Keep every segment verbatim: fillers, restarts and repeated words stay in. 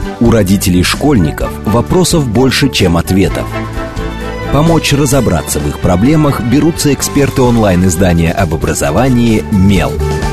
У родителей школьников вопросов больше, чем ответов. Помочь разобраться в их проблемах берутся эксперты онлайн-издания об образовании «Мел».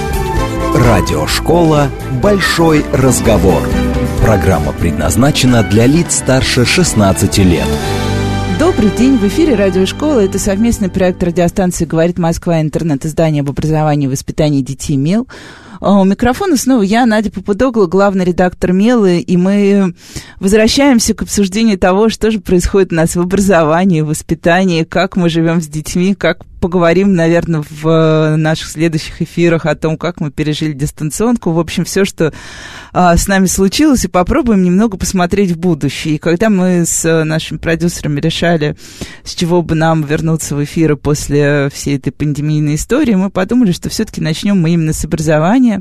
Радиошкола «Большой разговор». Программа предназначена для лиц старше шестнадцати лет. Добрый день, в эфире радиошкола. Это совместный проект радиостанции «Говорит Москва», интернет-издание об образовании и воспитании детей «Мел». У микрофона снова я, Надя Попудогла, главный редактор «Мелы», и мы возвращаемся к обсуждению того, что же происходит у нас в образовании, в воспитании, как мы живем с детьми, как поговорим, наверное, в наших следующих эфирах о том, как мы пережили дистанционку. В общем, все, что а, с нами случилось, и попробуем немного посмотреть в будущее. И когда мы с нашими продюсерами решали, с чего бы нам вернуться в эфиры после всей этой пандемийной истории, мы подумали, что все-таки начнем мы именно с образования.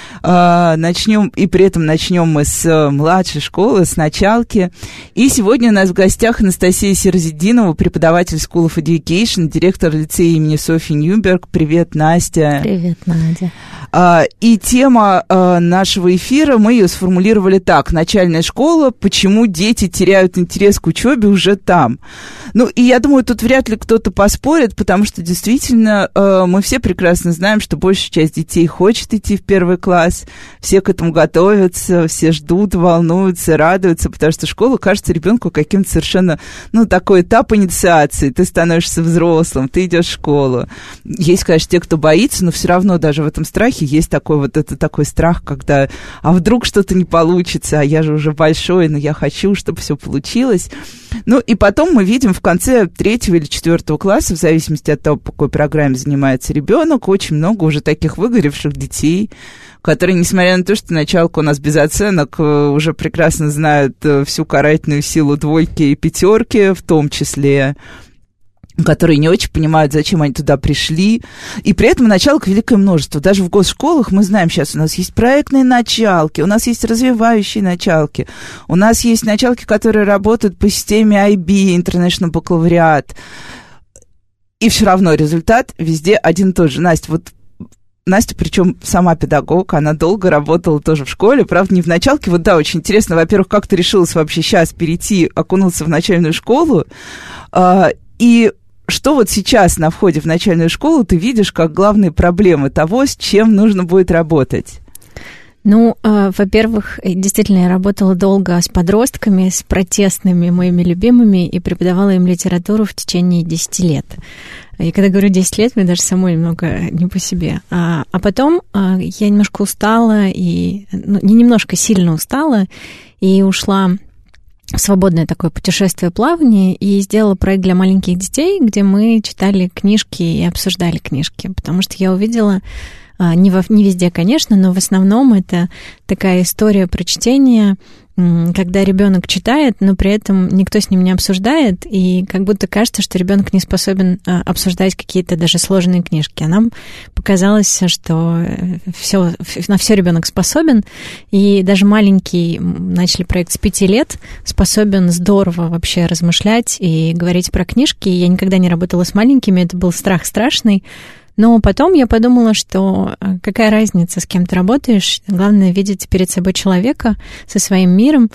А, начнем, и при этом начнем мы с младшей школы, с началки. И сегодня у нас в гостях Анастасия Сиразетдинова, преподаватель School of Education, директор лицея имени Софьи Нюберг. Привет, Настя. Привет, Надя. А, и тема а, нашего эфира, мы ее сформулировали так: начальная школа, почему дети теряют интерес к учебе уже там. Ну, и я думаю, тут вряд ли кто-то поспорит, потому что действительно а, мы все прекрасно знаем, что большая часть детей хочет идти в первый класс, все к этому готовятся, все ждут, волнуются, радуются, потому что школа кажется ребенку каким-то совершенно, ну, такой этап инициации. Ты становишься взрослым, ты идешь в школу. Есть, конечно, те, кто боится, но все равно даже в этом страхе есть такой вот это такой страх, когда, а вдруг что-то не получится, а я же уже большой, но я хочу, чтобы все получилось. Ну, и потом мы видим в конце третьего или четвертого класса, в зависимости от того, по какой программе занимается ребенок, очень много уже таких выгоревших детей, которые, несмотря на то, что началка у нас без оценок, уже прекрасно знают всю карательную силу двойки и пятерки, в том числе, которые не очень понимают, зачем они туда пришли. И при этом началок великое множество. Даже в госшколах мы знаем сейчас, у нас есть проектные началки, у нас есть развивающие началки, у нас есть началки, которые работают по системе ай би, International Baccalaureate. И все равно результат везде один и тот же. Настя, вот Настя, причем сама педагог, она долго работала тоже в школе, правда, не в началке. Вот да, очень интересно, во-первых, как ты решилась вообще сейчас перейти, окунуться в начальную школу, и что вот сейчас на входе в начальную школу ты видишь как главные проблемы того, с чем нужно будет работать? Ну, э, во-первых, действительно, я работала долго с подростками, с протестными моими любимыми, и преподавала им литературу в течение десяти лет. И когда говорю десять лет, мне даже самой немного не по себе. А, а потом а, я немножко устала, и, ну, не немножко, сильно устала, и ушла в свободное такое путешествие, плавание, и сделала проект для маленьких детей, где мы читали книжки и обсуждали книжки, потому что я увидела, не, во, не везде, конечно, но в основном это такая история про чтение, когда ребенок читает, но при этом никто с ним не обсуждает, и как будто кажется, что ребенок не способен обсуждать какие-то даже сложные книжки. А нам показалось, что все, на все ребенок способен, и даже маленький, начали проект с пяти лет, способен здорово вообще размышлять и говорить про книжки. Я никогда не работала с маленькими, это был страх страшный. Но потом я подумала, что какая разница, с кем ты работаешь, главное видеть перед собой человека со своим миром.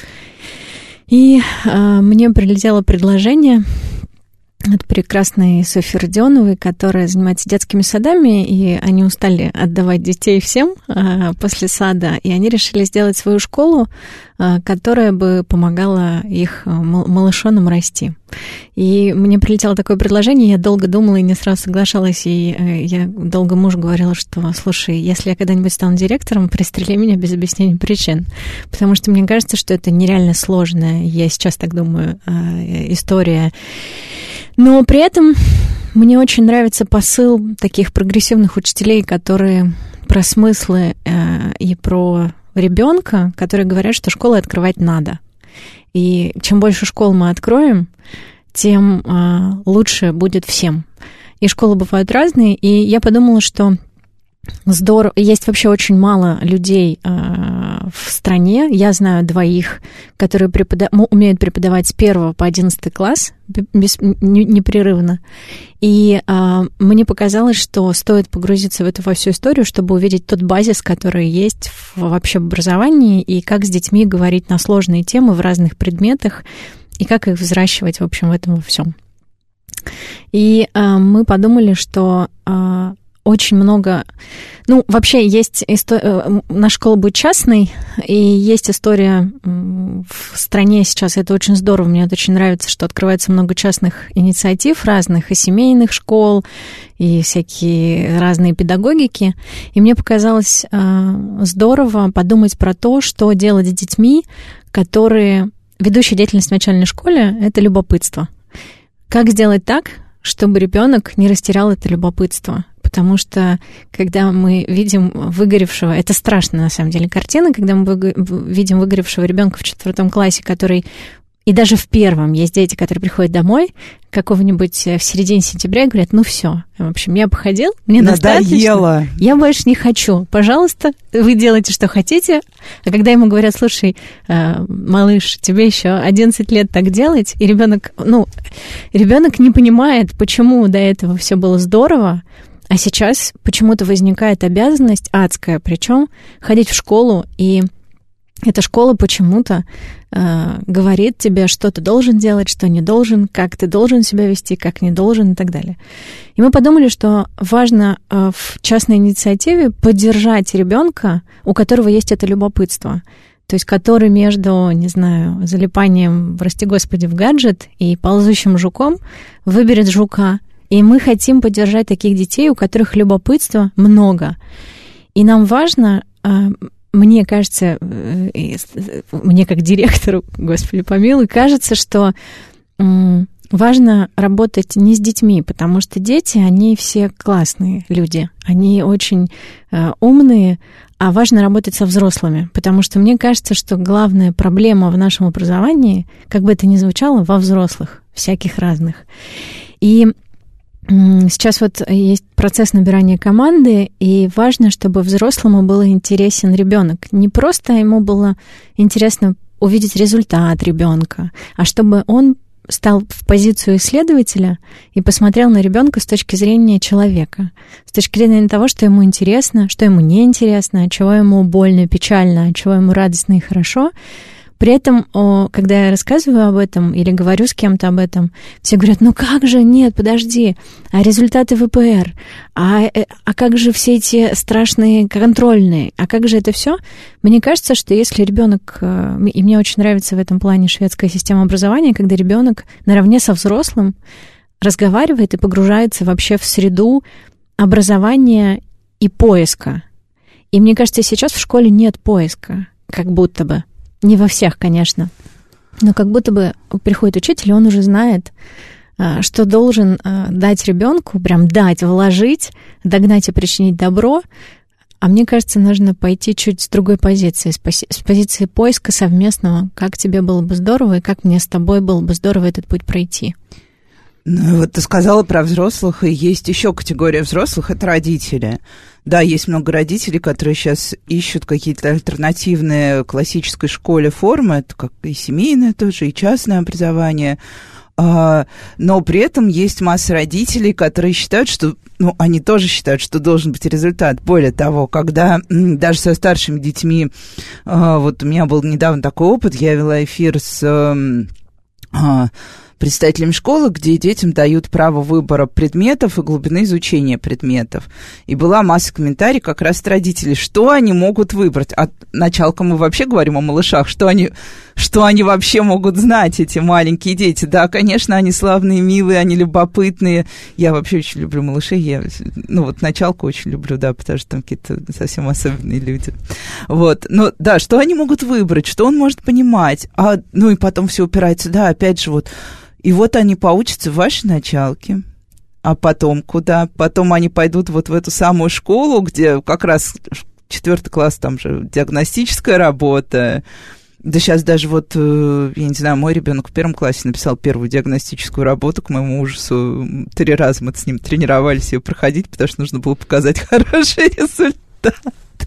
И э, мне прилетело предложение от прекрасной Софьи Родионовой, которая занимается детскими садами, и они устали отдавать детей всем э, после сада, и они решили сделать свою школу, э, которая бы помогала их малышонам расти. И мне прилетело такое предложение, я долго думала и не сразу соглашалась, и э, я долго мужу говорила, что, слушай, если я когда-нибудь стану директором, пристрели меня без объяснения причин, потому что мне кажется, что это нереально сложная, я сейчас так думаю, э, история. Но при этом мне очень нравится посыл таких прогрессивных учителей, которые про смыслы э, и про ребенка, которые говорят, что школы открывать надо. И чем больше школ мы откроем, тем э, лучше будет всем. И школы бывают разные, и я подумала, что Здорово. Есть вообще очень мало людей э, в стране. Я знаю двоих, которые препода... умеют преподавать с первого по одиннадцатый класс без... непрерывно. И э, мне показалось, что стоит погрузиться в эту во всю историю, чтобы увидеть тот базис, который есть в, вообще в образовании, и как с детьми говорить на сложные темы в разных предметах, и как их взращивать, в общем, в этом во всем. И э, мы подумали, что... Э, очень много... Ну, вообще, есть история... Наша школа будет частной, и есть история в стране сейчас. Это очень здорово. Мне это очень нравится, что открывается много частных инициатив разных, и семейных школ, и всякие разные педагогики. И мне показалось здорово подумать про то, что делать с детьми, которые... Ведущая деятельность в начальной школе — это любопытство. Как сделать так, чтобы ребенок не растерял это любопытство? Потому что, когда мы видим выгоревшего, это страшная, на самом деле, картина, когда мы видим выгоревшего ребенка в четвертом классе, который, и даже в первом, есть дети, которые приходят домой какого-нибудь в середине сентября и говорят, ну все, в общем, я походил, мне надоело. Достаточно, я больше не хочу, пожалуйста, вы делайте, что хотите. А когда ему говорят, слушай, малыш, тебе еще одиннадцать лет так делать, и ребенок, ну, ребенок не понимает, почему до этого все было здорово, а сейчас почему-то возникает обязанность адская, причем ходить в школу, и эта школа почему-то э, говорит тебе, что ты должен делать, что не должен, как ты должен себя вести, как не должен и так далее. И мы подумали, что важно э, в частной инициативе поддержать ребенка, у которого есть это любопытство. То есть который между, не знаю, залипанием, прости господи, в гаджет и ползущим жуком выберет жука. И мы хотим поддержать таких детей, у которых любопытства много. И нам важно, мне кажется, мне как директору, господи помилуй, кажется, что важно работать не с детьми, потому что дети, они все классные люди, они очень умные, а важно работать со взрослыми, потому что мне кажется, что главная проблема в нашем образовании, как бы это ни звучало, во взрослых, всяких разных. И сейчас вот есть процесс набирания команды, и важно, чтобы взрослому был интересен ребенок. Не просто ему было интересно увидеть результат ребенка, а чтобы он стал в позицию исследователя и посмотрел на ребенка с точки зрения человека, с точки зрения того, что ему интересно, что ему неинтересно, чего ему больно, печально, чего ему радостно и хорошо. При этом, когда я рассказываю об этом или говорю с кем-то об этом, все говорят, ну как же, нет, подожди, а результаты вэ пэ эр, а, а как же все эти страшные контрольные, а как же это все? Мне кажется, что если ребенок, и мне очень нравится в этом плане шведская система образования, когда ребенок наравне со взрослым разговаривает и погружается вообще в среду образования и поиска. И мне кажется, сейчас в школе нет поиска, как будто бы. Не во всех, конечно, но как будто бы приходит учитель, и он уже знает, что должен дать ребенку, прям дать, вложить, догнать и причинить добро. А мне кажется, нужно пойти чуть с другой позиции, с позиции поиска совместного, как тебе было бы здорово и как мне с тобой было бы здорово этот путь пройти. Ну, вот ты сказала про взрослых, и есть еще категория взрослых, это родители. Да, есть много родителей, которые сейчас ищут какие-то альтернативные классической школе формы, это как и семейное тоже, и частное образование, а, но при этом есть масса родителей, которые считают, что, ну, они тоже считают, что должен быть результат. Более того, когда даже со старшими детьми, а, вот у меня был недавно такой опыт, я вела эфир с... А, представителями школы, где детям дают право выбора предметов и глубины изучения предметов. И была масса комментариев как раз от родителей, что они могут выбрать. От началка мы вообще говорим о малышах, что они, что они вообще могут знать, эти маленькие дети. Да, конечно, они славные, милые, они любопытные. Я вообще очень люблю малышей. Я, ну, вот началку очень люблю, да, потому что там какие-то совсем особенные люди. Вот. Но, да, что они могут выбрать, что он может понимать. А, ну, и потом все упирается, да, опять же, вот. И вот они поучатся в вашей началке. А потом куда? Потом они пойдут вот в эту самую школу, где как раз четвертый класс, там же диагностическая работа. Да сейчас даже вот, я не знаю, мой ребенок в первом классе написал первую диагностическую работу, к моему ужасу. Три раза мы с ним тренировались ее проходить, потому что нужно было показать хороший результат.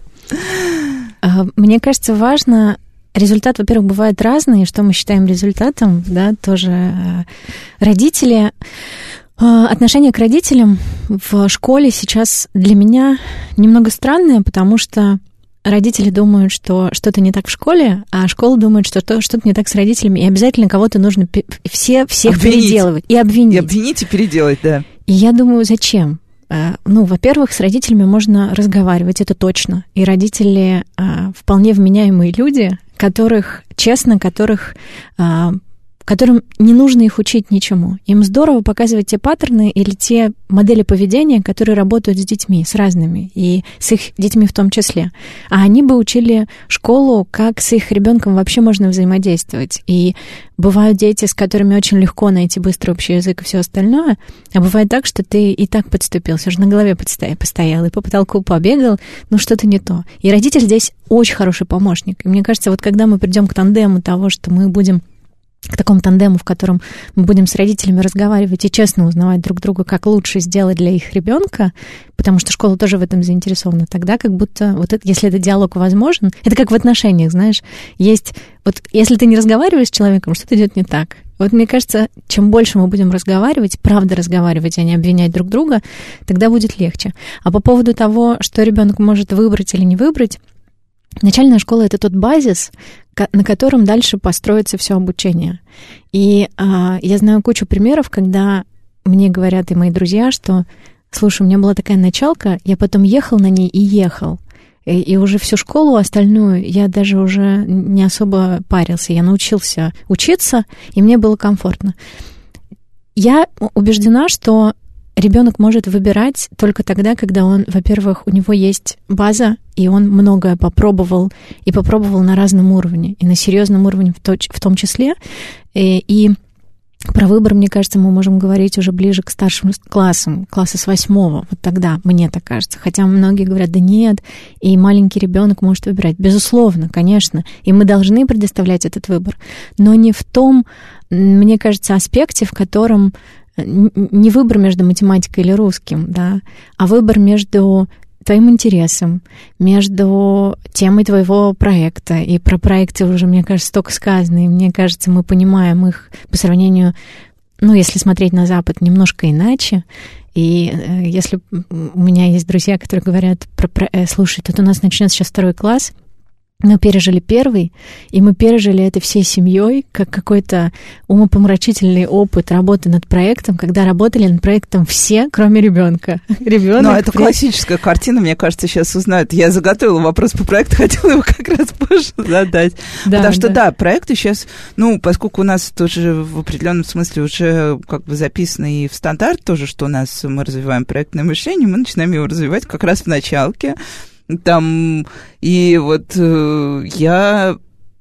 Мне кажется, важно... Результат, во-первых, бывает разный, что мы считаем результатом, да, тоже родители... Отношение к родителям в школе сейчас для меня немного странное, потому что родители думают, что что-то не так в школе, а школа думает, что что-то не так с родителями, и обязательно кого-то нужно все, всех обвинить. переделывать и обвинить. И обвинить, и переделать, да. И я думаю, зачем? Ну, во-первых, с родителями можно разговаривать, это точно. И родители вполне вменяемые люди, которых, честно, которых... которым не нужно их учить ничему. Им здорово показывать те паттерны или те модели поведения, которые работают с детьми, с разными, и с их детьми в том числе. А они бы учили школу, как с их ребенком вообще можно взаимодействовать. И бывают дети, с которыми очень легко найти быстрый общий язык и все остальное, а бывает так, что ты и так подступился, уже на голове постоял, и по потолку побегал, ну что-то не то. И родитель здесь очень хороший помощник. И мне кажется, вот когда мы придем к тандему того, что мы будем к такому тандему, в котором мы будем с родителями разговаривать и честно узнавать друг друга, как лучше сделать для их ребенка, потому что школа тоже в этом заинтересована, тогда как будто, вот это, если этот диалог возможен, это как в отношениях, знаешь, есть, вот если ты не разговариваешь с человеком, что-то идет не так. Вот мне кажется, чем больше мы будем разговаривать, правда разговаривать, а не обвинять друг друга, тогда будет легче. А по поводу того, что ребенок может выбрать или не выбрать, начальная школа — это тот базис, на котором дальше построится все обучение. И а, я знаю кучу примеров, когда мне говорят и мои друзья, что, слушай, у меня была такая началка, я потом ехал на ней и ехал. И, и уже всю школу остальную я даже уже не особо парился. Я научился учиться, и мне было комфортно. Я убеждена, что ребенок может выбирать только тогда, когда он, во-первых, у него есть база, и он многое попробовал, и попробовал на разном уровне, и на серьезном уровне в, точ- в том числе. И, и про выбор, мне кажется, мы можем говорить уже ближе к старшим классам, класса с восьмого, вот тогда, мне так кажется. Хотя многие говорят, да нет, и маленький ребенок может выбирать. Безусловно, конечно, и мы должны предоставлять этот выбор, но не в том, мне кажется, аспекте, в котором не выбор между математикой или русским, да, а выбор между твоим интересом, между темой твоего проекта. И про проекты уже, мне кажется, столько сказано, и мне кажется, мы понимаем их по сравнению, ну, если смотреть на Запад, немножко иначе. И если у меня есть друзья, которые говорят, про, про, слушай, тут у нас начнется сейчас второй класс, мы пережили первый, и мы пережили это всей семьей, как какой-то умопомрачительный опыт работы над проектом, когда работали над проектом все, кроме ребенка. Ребенок. Но это при... классическая картина, мне кажется, сейчас узнают. Я заготовила вопрос по проекту, хотела его как раз позже задать. Да, Потому что, да. да, проекты сейчас, ну, поскольку у нас тоже в определенном смысле уже как бы записано и в стандарт тоже, что у нас мы развиваем проектное мышление, мы начинаем его развивать как раз в началке. Там, и вот э, я,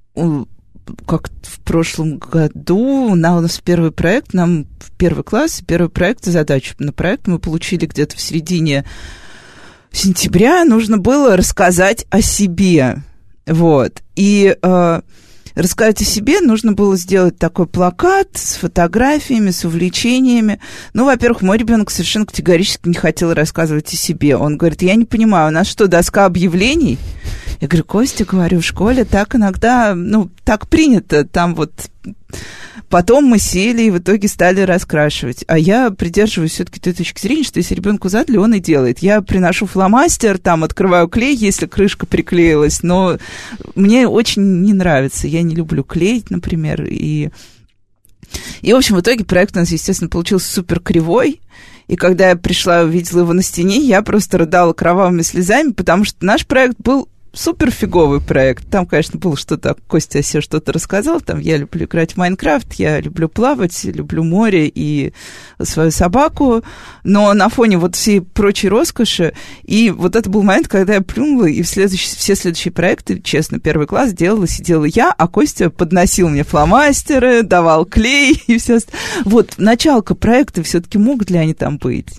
как в прошлом году, на, у нас первый проект, нам в первый класс, первый проект, задачу на проект мы получили где-то в середине сентября, нужно было рассказать о себе, вот, и... Э, Рассказать о себе нужно было сделать такой плакат с фотографиями, с увлечениями. Ну, во-первых, мой ребенок совершенно категорически не хотел рассказывать о себе. Он говорит, я не понимаю, у нас что, доска объявлений? Я говорю, Костя, говорю, в школе так иногда, ну, так принято, там вот... Потом мы сели и в итоге стали раскрашивать. А я придерживаюсь все-таки той точки зрения, что если ребенку задали, он и делает. Я приношу фломастер, там открываю клей, если крышка приклеилась, но мне очень не нравится. Я не люблю клеить, например. И, и в общем, в итоге проект у нас, естественно, получился супер кривой. И когда я пришла и увидела его на стене, я просто рыдала кровавыми слезами, потому что наш проект был супер фиговый проект. Там, конечно, было что-то, Костя о себе что-то рассказал. Там я люблю играть в Майнкрафт, я люблю плавать, люблю море и свою собаку. Но на фоне вот всей прочей роскоши. И вот это был момент, когда я плюнула, и в следующий, все следующие проекты, честно, первый класс делала, сидела я, а Костя подносил мне фломастеры, давал клей и все. Вот, началка проекта все-таки могут ли они там быть?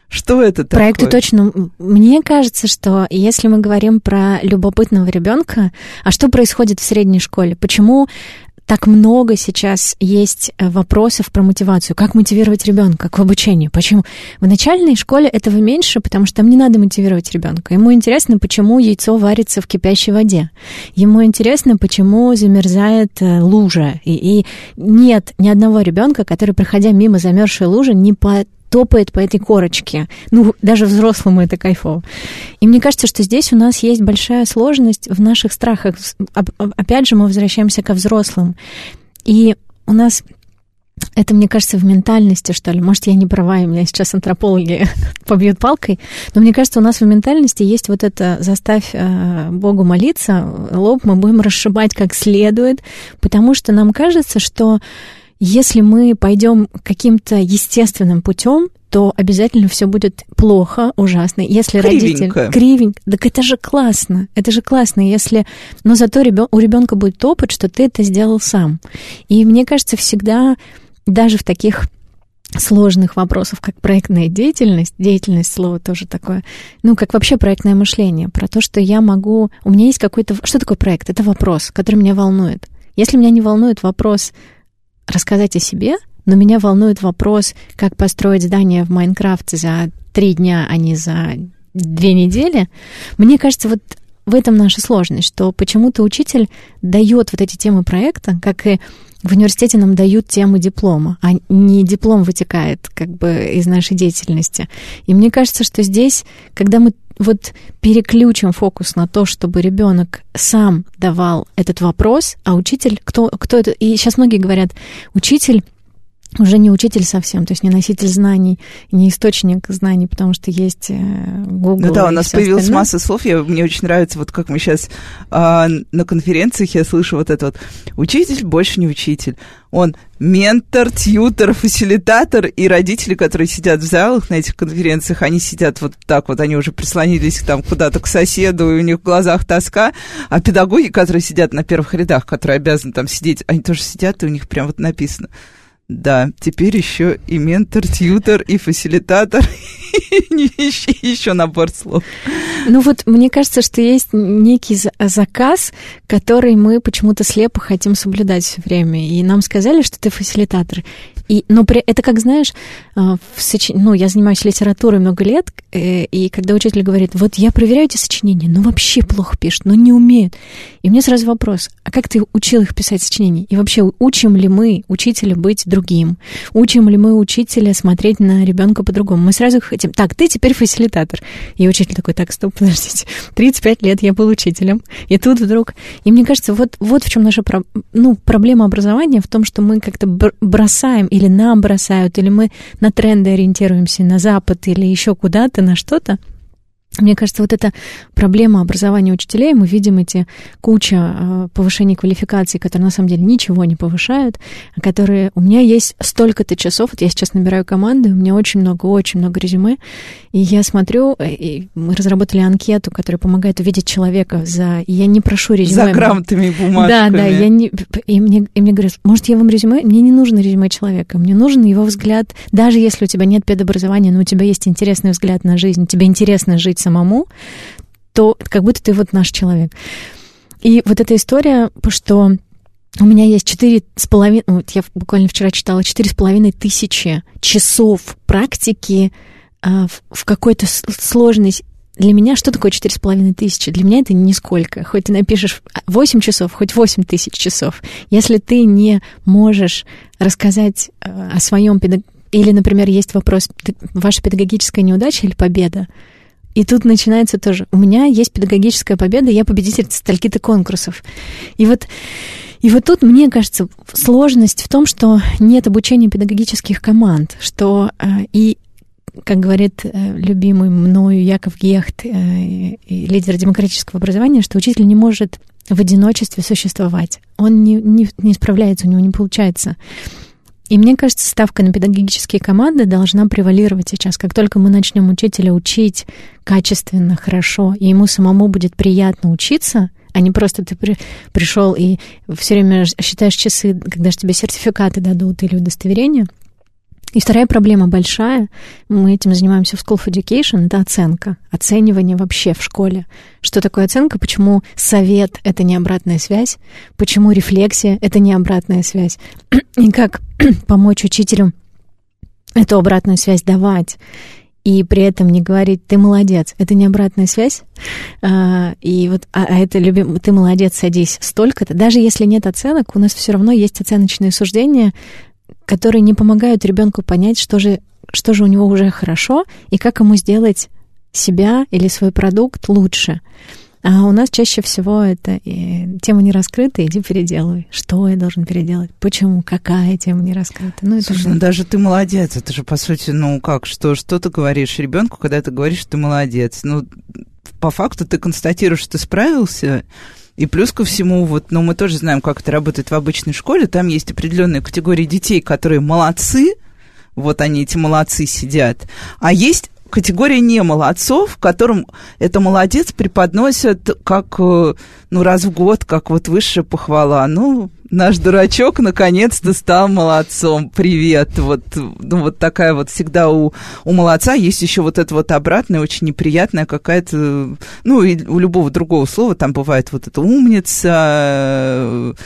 Что это такое? Проекты точно. Мне кажется, что если мы говорим про любопытного ребенка, а что происходит в средней школе? Почему так много сейчас есть вопросов про мотивацию? Как мотивировать ребенка к обучению? Почему? В начальной школе этого меньше, потому что там не надо мотивировать ребенка. Ему интересно, почему яйцо варится в кипящей воде. Ему интересно, почему замерзает лужа. И, и нет ни одного ребенка, который, проходя мимо замерзшей лужи, не по топает по этой корочке. Ну, даже взрослому это кайфово. И мне кажется, что здесь у нас есть большая сложность в наших страхах. Опять же, мы возвращаемся ко взрослым. И у нас это, мне кажется, в ментальности, что ли. Может, я не права, и меня сейчас антропологи побьют палкой. Но мне кажется, у нас в ментальности есть вот это «заставь э, Богу молиться», лоб мы будем расшибать как следует, потому что нам кажется, что если мы пойдем каким-то естественным путем, то обязательно все будет плохо, ужасно. Если родитель кривенько, так это же классно, это же классно, если, но зато ребен... у ребенка будет опыт, что ты это сделал сам. И мне кажется, всегда даже в таких сложных вопросах, как проектная деятельность, деятельность слово тоже такое, ну, как вообще проектное мышление, про то, что я могу, у меня есть какой-то, что такое проект? Это вопрос, который меня волнует. Если меня не волнует вопрос рассказать о себе, но меня волнует вопрос, как построить здание в Майнкрафте за три дня, а не за две недели. Мне кажется, вот в этом наша сложность, что почему-то учитель дает вот эти темы проекта, как и в университете нам дают темы диплома, а не диплом вытекает как бы из нашей деятельности. И мне кажется, что здесь, когда мы вот переключим фокус на то, чтобы ребенок сам давал этот вопрос, а учитель, кто, кто это? И сейчас многие говорят, учитель уже не учитель совсем, то есть не носитель знаний, не источник знаний, потому что есть Google. Ну да, у нас появилась остальное. Масса слов. Я, мне очень нравится, вот как мы сейчас а, на конференциях, я слышу вот это вот. Учитель больше не учитель. Он ментор, тьютер, фасилитатор, и родители, которые сидят в залах на этих конференциях, они сидят вот так вот, они уже прислонились там куда-то к соседу, и у них в глазах тоска, а педагоги, которые сидят на первых рядах, которые обязаны там сидеть, они тоже сидят, и у них прям вот написано. Да, теперь еще и ментор, тьютер, и фасилитатор, и еще набор слов. Ну вот, мне кажется, что есть некий заказ, который мы почему-то слепо хотим соблюдать все время. И нам сказали, что ты фасилитатор. И, но при, это, как знаешь, в соч... ну, я занимаюсь литературой много лет, и когда учитель говорит, вот я проверяю эти сочинения, но вообще плохо пишут, но не умеют. И мне сразу вопрос, а как ты учил их писать сочинения? И вообще, учим ли мы учителя быть другим? Учим ли мы учителя смотреть на ребенка по-другому? Мы сразу хотим, так, ты теперь фасилитатор. И учитель такой, так, стоп, подождите, тридцать пять лет я был учителем, и тут вдруг... И мне кажется, вот, вот в чем наша про... ну, проблема образования, в том, что мы как-то бросаем, или нам бросают, или мы на тренды ориентируемся, на Запад, или еще куда-то, на что-то. Мне кажется, вот эта проблема образования учителей, мы видим эти куча повышений квалификации, которые на самом деле ничего не повышают, которые... У меня есть столько-то часов, вот я сейчас набираю команду, у меня очень много, очень много резюме, и я смотрю, и мы разработали анкету, которая помогает увидеть человека за... И я не прошу резюме. За грамотами и бумажками. Да, да, я не... И мне, и мне говорят, может, я вам резюме? Мне не нужно резюме человека, мне нужен его взгляд, даже если у тебя нет педобразования, но у тебя есть интересный взгляд на жизнь, тебе интересно жить самому, то как будто ты вот наш человек. И вот эта история, что у меня есть четыре с половиной, вот я буквально вчера читала, четыре с половиной тысячи часов практики а, в, в какой-то сложной... Для меня что такое четыре с половиной тысячи? Для меня это нисколько. Хоть ты напишешь восемь часов, хоть восемь тысяч часов. Если ты не можешь рассказать а, о своем педагогическом... Или, например, есть вопрос, ваша педагогическая неудача или победа? И тут начинается тоже. У меня есть педагогическая победа, я победитель стольки-то конкурсов. И вот, и вот тут, мне кажется, сложность в том, что нет обучения педагогических команд, что и, как говорит любимый мною Яков Гехт, лидер демократического образования, что учитель не может в одиночестве существовать. Он не, не, не справляется, у него не получается. И мне кажется, ставка на педагогические команды должна превалировать сейчас. Как только мы начнем учителя учить качественно, хорошо, и ему самому будет приятно учиться, а не просто ты при, пришел и все время считаешь часы, когда же тебе сертификаты дадут или удостоверения, И вторая проблема большая, мы этим занимаемся в School of Education, это оценка, оценивание вообще в школе. Что такое оценка, почему совет — это не обратная связь, почему рефлексия — это не обратная связь, и как помочь учителю эту обратную связь давать, и при этом не говорить «ты молодец», это не обратная связь, а, и вот, а, а это любим, «ты молодец, садись столько-то». Даже если нет оценок, у нас все равно есть оценочные суждения, которые не помогают ребенку понять, что же, что же у него уже хорошо, и как ему сделать себя или свой продукт лучше. А у нас чаще всего это и, тема не раскрыта, иди переделывай. Что я должен переделать? Почему? Какая тема не раскрыта? Ну, это Слушай, же... ну даже ты молодец. Это же, по сути, ну как, что, что ты говоришь ребенку, когда ты говоришь, что ты молодец? Ну, по факту ты констатируешь, что ты справился. И плюс ко всему, вот, ну, мы тоже знаем, как это работает в обычной школе. Там есть определенные категории детей, которые молодцы. Вот они, эти молодцы, сидят. А есть категория не молодцов, которым это молодец преподносят как, ну, раз в год, как вот высшая похвала. Ну, наш дурачок наконец-то стал молодцом. Привет. Вот, ну, вот такая вот всегда у, у молодца есть еще вот это вот обратное, очень неприятная какая-то, ну, и у любого другого слова там бывает вот это умница,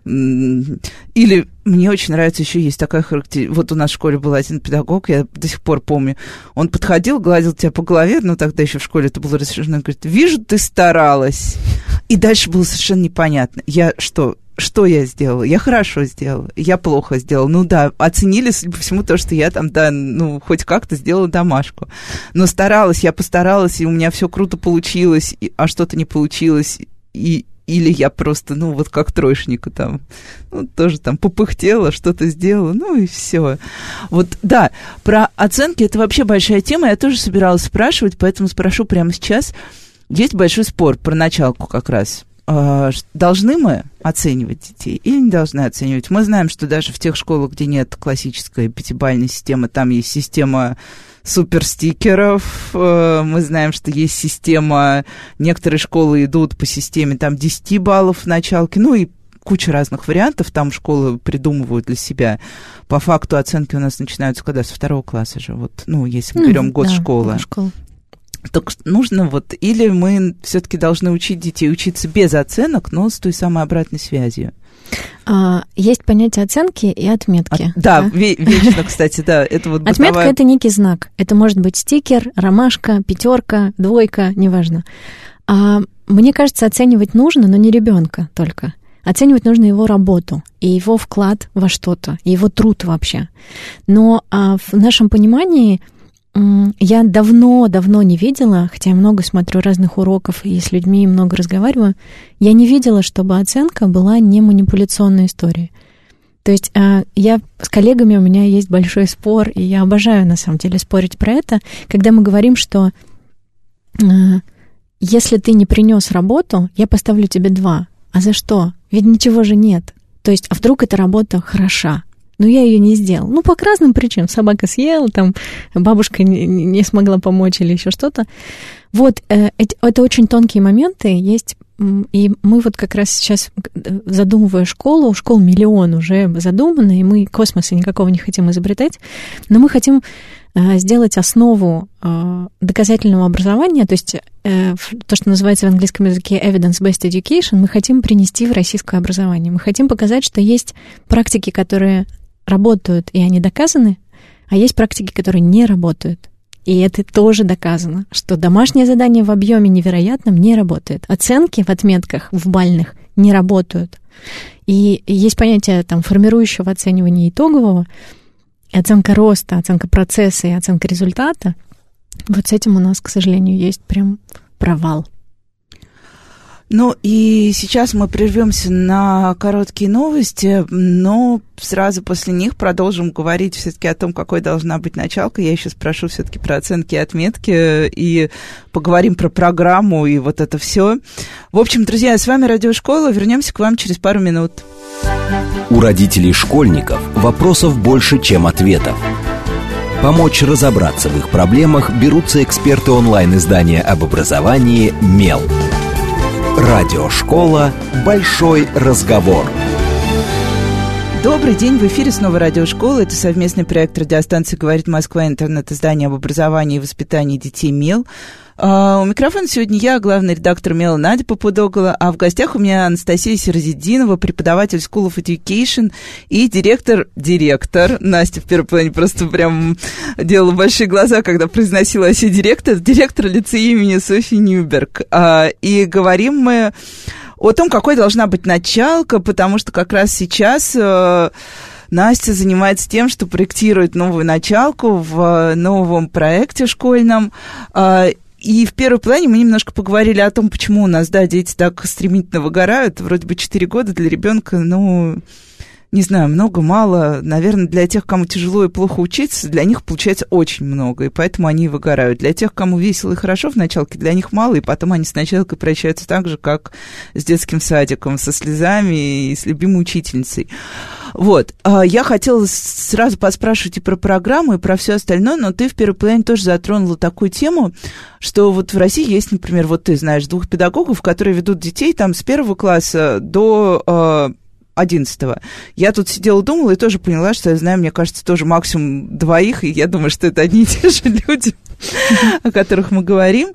или мне очень нравится, еще есть такая характеристика. Вот у нас в школе был один педагог, я до сих пор помню, он подходил, гладил тебя по голове, ну, тогда еще в школе это было разрешено, он говорит: вижу, ты старалась. И дальше было совершенно непонятно. Я что... Что я сделала? Я хорошо сделала, я плохо сделала. Ну да, оценили, судя по всему, то, что я там, да, ну, хоть как-то сделала домашку. Но старалась, я постаралась, и у меня все круто получилось, и, а что-то не получилось, и, или я просто, ну, вот как троечнику там, ну, тоже там попыхтела, что-то сделала, ну, и все. Вот, да, про оценки это вообще большая тема, я тоже собиралась спрашивать, поэтому спрошу прямо сейчас. Есть большой спор про началку как раз. Должны мы оценивать детей или не должны оценивать? Мы знаем, что даже в тех школах, где нет классической пятибалльной системы, там есть система суперстикеров. Мы знаем, что есть система... Некоторые школы идут по системе там десять баллов в началке, ну и куча разных вариантов. Там школы придумывают для себя. По факту оценки у нас начинаются когда? Со второго класса же. Вот, ну, если мы берем год да, школы. школа. Так нужно вот, или мы все-таки должны учить детей учиться без оценок, но с той самой обратной связью? А, есть понятие оценки и отметки. От, да, да? Ве- вечно, кстати, да. Это вот бытовая... Отметка — это некий знак. Это может быть стикер, ромашка, пятерка, двойка, неважно. А, мне кажется, оценивать нужно, но не ребенка только. Оценивать нужно его работу и его вклад во что-то, и его труд вообще. Но а, в нашем понимании... Я давно-давно не видела, хотя я много смотрю разных уроков и с людьми много разговариваю, я не видела, чтобы оценка была не манипуляционной историей. То есть я с коллегами, у меня есть большой спор, и я обожаю, на самом деле, спорить про это, когда мы говорим, что если ты не принес работу, я поставлю тебе два. А за что? Ведь ничего же нет. То есть, а вдруг эта работа хороша? Но я ее не сделал. Ну, по разным причинам. Собака съела, там, бабушка не, не смогла помочь или еще что-то. Вот, э, это, это очень тонкие моменты есть. И мы вот как раз сейчас, задумывая школу, школ миллион уже задумано, и мы космоса никакого не хотим изобретать, но мы хотим э, сделать основу э, доказательного образования, то есть э, то, что называется в английском языке evidence-based education, мы хотим принести в российское образование. Мы хотим показать, что есть практики, которые работают, и они доказаны, а есть практики, которые не работают. И это тоже доказано, что домашнее задание в объеме невероятном не работает. Оценки в отметках, в бальных, не работают. И есть понятие там, формирующего оценивания итогового, и оценка роста, оценка процесса и оценка результата. Вот с этим у нас, к сожалению, есть прям провал. Ну и сейчас мы прервемся на короткие новости, но сразу после них продолжим говорить все-таки о том, какой должна быть началка. Я еще спрошу все-таки про оценки и отметки, и поговорим про программу и вот это все. В общем, друзья, с вами Радиошкола. Вернемся к вам через пару минут. У родителей школьников вопросов больше, чем ответов. Помочь разобраться в их проблемах берутся эксперты онлайн-издания об образовании «Мел». Радиошкола «Большой разговор». Добрый день, в эфире снова радиошкола. Это совместный проект радиостанции «Говорит Москва», интернет-издание об образовании и воспитании детей МЕЛ. Uh, у микрофона сегодня я, главный редактор МЕЛа Надя Попудогла, а в гостях у меня Анастасия Сиразетдинова, преподаватель School of Education и директор, директор, Настя в первом плане просто прям делала большие глаза, когда произносила о себе директор, директор лицея имени Софьи Нюберг. Uh, и говорим мы о том, какой должна быть началка, потому что как раз сейчас... Uh, Настя занимается тем, что проектирует новую началку в новом проекте школьном. И в первой плане мы немножко поговорили о том, почему у нас, да, дети так стремительно выгорают. Вроде бы четыре года для ребенка, ну, не знаю, много, мало. Наверное, для тех, кому тяжело и плохо учиться, для них получается очень много, и поэтому они выгорают. Для тех, кому весело и хорошо в началке, для них мало, и потом они с началкой прощаются так же, как с детским садиком, со слезами и с любимой учительницей. Вот, я хотела сразу поспрашивать и про программу, и про все остальное, но ты в первой плане тоже затронула такую тему, что вот в России есть, например, вот ты знаешь двух педагогов, которые ведут детей там с первого класса до одиннадцатого. Я тут сидела, думала и тоже поняла, что я знаю, мне кажется, тоже максимум двоих, и я думаю, что это одни и те же люди, о которых мы говорим.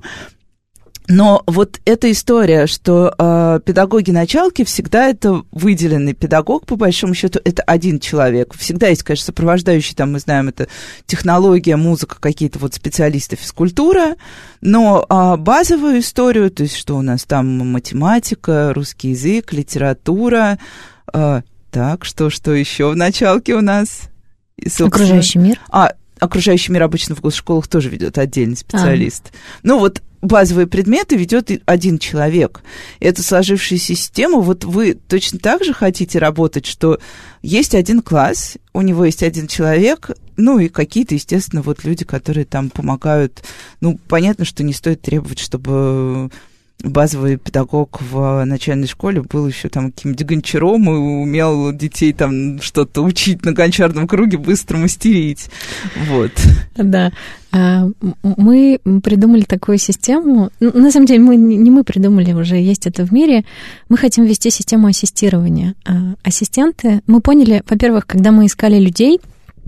Но вот эта история, что э, педагоги-началки всегда это выделенный педагог, по большому счету, это один человек. Всегда есть, конечно, сопровождающий, там, мы знаем, это технология, музыка, какие-то вот специалисты, физкультура, но э, базовую историю, то есть что у нас там математика, русский язык, литература, э, так, что, что еще в началке у нас? И, окружающий мир. А, окружающий мир обычно в госшколах тоже ведет отдельный специалист. А. Ну вот, базовые предметы ведет один человек. Это сложившаяся система. Вот вы точно так же хотите работать, что есть один класс, у него есть один человек, ну и какие-то, естественно, вот люди, которые там помогают. Ну, понятно, что не стоит требовать, чтобы базовый педагог в начальной школе был еще там каким-то гончаром и умел детей там что-то учить на гончарном круге, быстро мастерить. Вот. Да. Мы придумали такую систему. На самом деле, мы, не мы придумали, уже есть это в мире. Мы хотим ввести систему ассистирования. Ассистенты, мы поняли, во-первых, когда мы искали людей,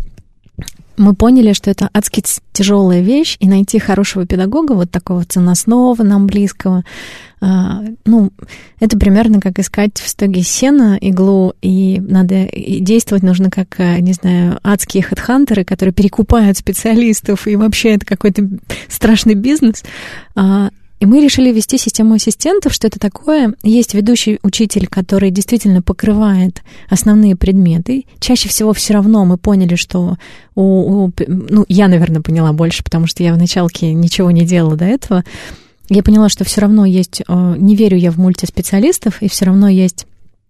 мы поняли, что это адски тяжелая вещь, и найти хорошего педагога, вот такого ценностного, нам близкого, ну, это примерно как искать в стоге сена иглу, и надо и действовать нужно как, не знаю, адские хедхантеры, которые перекупают специалистов, и вообще это какой-то страшный бизнес. И мы решили ввести систему ассистентов. Что это такое? Есть ведущий учитель, который действительно покрывает основные предметы. Чаще всего все равно мы поняли, что у, у, ну, я, наверное, поняла больше, потому что я в началке ничего не делала до этого. Я поняла, что все равно есть, не верю я в мультиспециалистов, и все равно есть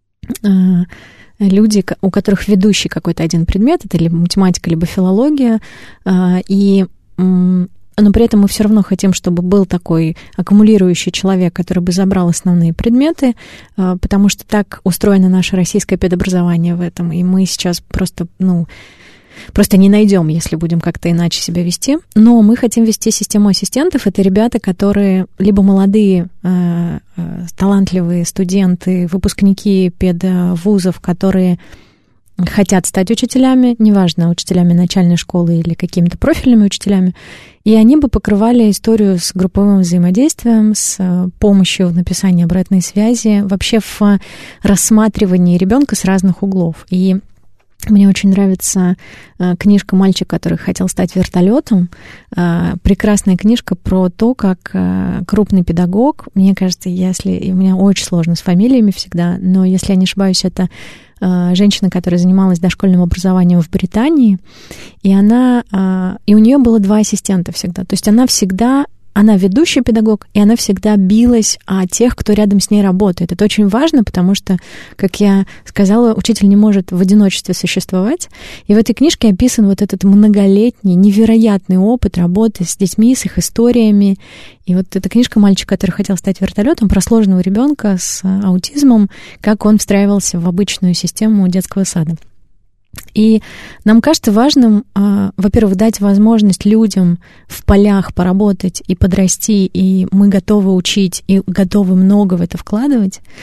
люди, у которых ведущий какой-то один предмет, это либо математика, либо филология, и но при этом мы все равно хотим, чтобы был такой аккумулирующий человек, который бы забрал основные предметы, потому что так устроено наше российское педобразование в этом, и мы сейчас просто, ну, просто не найдем, если будем как-то иначе себя вести. Но мы хотим ввести систему ассистентов. Это ребята, которые либо молодые, талантливые студенты, выпускники педвузов, которые хотят стать учителями, неважно, учителями начальной школы или какими-то профильными учителями, и они бы покрывали историю с групповым взаимодействием, с помощью в написании обратной связи, вообще в рассматривании ребенка с разных углов. И мне очень нравится книжка «Мальчик, который хотел стать вертолетом». Прекрасная книжка про то, как крупный педагог, мне кажется, если... И у меня очень сложно с фамилиями всегда, но если я не ошибаюсь, это женщина, которая занималась дошкольным образованием в Британии, и она... И у нее было два ассистента всегда. То есть она всегда... Она ведущий педагог, и она всегда билась о тех, кто рядом с ней работает. Это очень важно, потому что, как я сказала, учитель не может в одиночестве существовать. И в этой книжке описан вот этот многолетний, невероятный опыт работы с детьми, с их историями. И вот эта книжка «Мальчик, который хотел стать вертолетом» про сложного ребенка с аутизмом, как он встраивался в обычную систему детского сада. И нам кажется важным, во-первых, дать возможность людям в полях поработать и подрасти, и мы готовы учить, и готовы много в это вкладывать.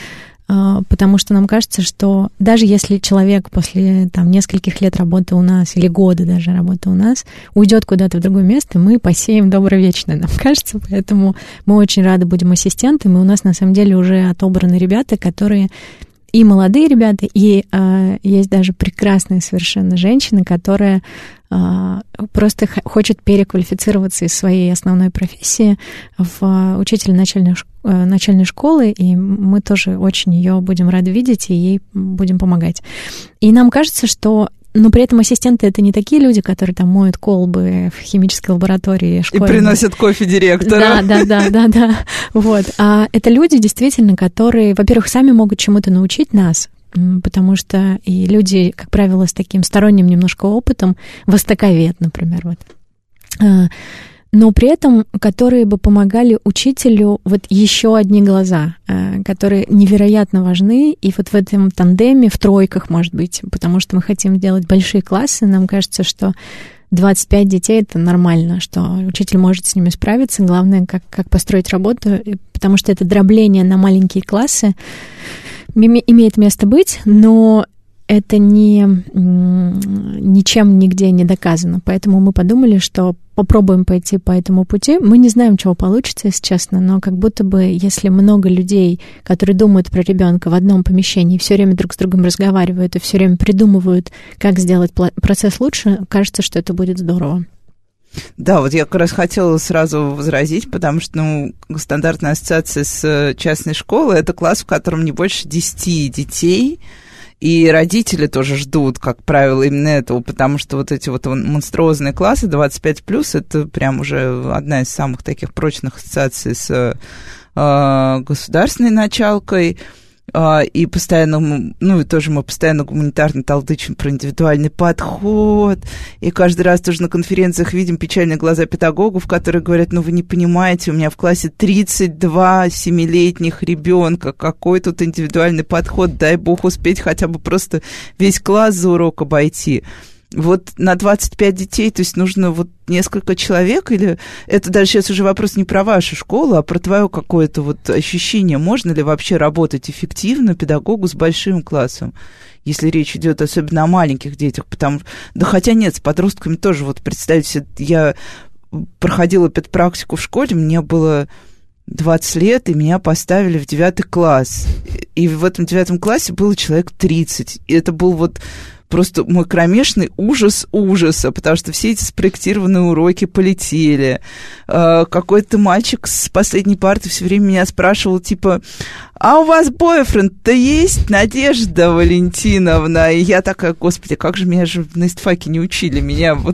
потому что нам кажется, что даже если человек после там, нескольких лет работы у нас, или года даже работы у нас, уйдет куда-то в другое место, мы посеем добро вечное, нам кажется, поэтому мы очень рады будем ассистентами, у нас на самом деле уже отобраны ребята, которые и молодые ребята, и э, есть даже прекрасная совершенно женщина, которая э, просто х- хочет переквалифицироваться из своей основной профессии в э, учителя начальной, э, начальной школы, и мы тоже очень ее будем рады видеть, и ей будем помогать. И нам кажется, что но при этом ассистенты — это не такие люди, которые там моют колбы в химической лаборатории школьной. И приносят кофе директору. Да, да, да, да, да. Вот. А это люди, действительно, которые, во-первых, сами могут чему-то научить нас, потому что и люди, как правило, с таким сторонним немножко опытом, востоковед, например, вот. Но при этом, которые бы помогали учителю вот еще одни глаза, которые невероятно важны, и вот в этом тандеме, в тройках, может быть, потому что мы хотим делать большие классы, нам кажется, что двадцать пять детей — это нормально, что учитель может с ними справиться, главное, как, как построить работу, потому что это дробление на маленькие классы имеет место быть, но это не, ничем нигде не доказано. Поэтому мы подумали, что попробуем пойти по этому пути. Мы не знаем, чего получится, если честно, но как будто бы, если много людей, которые думают про ребенка в одном помещении, все время друг с другом разговаривают и все время придумывают, как сделать процесс лучше, кажется, что это будет здорово. Да, вот я как раз хотела сразу возразить, потому что, ну, стандартная ассоциация с частной школой — это класс, в котором не больше десяти детей, и родители тоже ждут, как правило, именно этого, потому что вот эти вот монструозные классы двадцать пять плюс, это прям уже одна из самых таких прочных ассоциаций с э, государственной началкой. И постоянно, ну, и тоже мы постоянно гуманитарно толдычим про индивидуальный подход, и каждый раз тоже на конференциях видим печальные глаза педагогов, которые говорят: ну, вы не понимаете, у меня в классе тридцать два семилетних ребенка, какой тут индивидуальный подход, дай бог успеть хотя бы просто весь класс за урок обойти. Вот на двадцать пять детей, то есть нужно вот несколько человек, или это даже сейчас уже вопрос не про вашу школу, а про твое какое-то вот ощущение, можно ли вообще работать эффективно педагогу с большим классом, если речь идет особенно о маленьких детях, потому да хотя нет, с подростками тоже, вот представьте, я проходила педпрактику в школе, мне было двадцать лет, и меня поставили в девятый класс, и в этом девятом классе было человек тридцать, и это был вот просто мой кромешный ужас ужаса, потому что все эти спроектированные уроки полетели. Какой-то мальчик с последней парты все время меня спрашивал, типа: а у вас бойфренд-то есть, Надежда Валентиновна? И я такая: господи, как же меня же на истфаке не учили. Меня вот...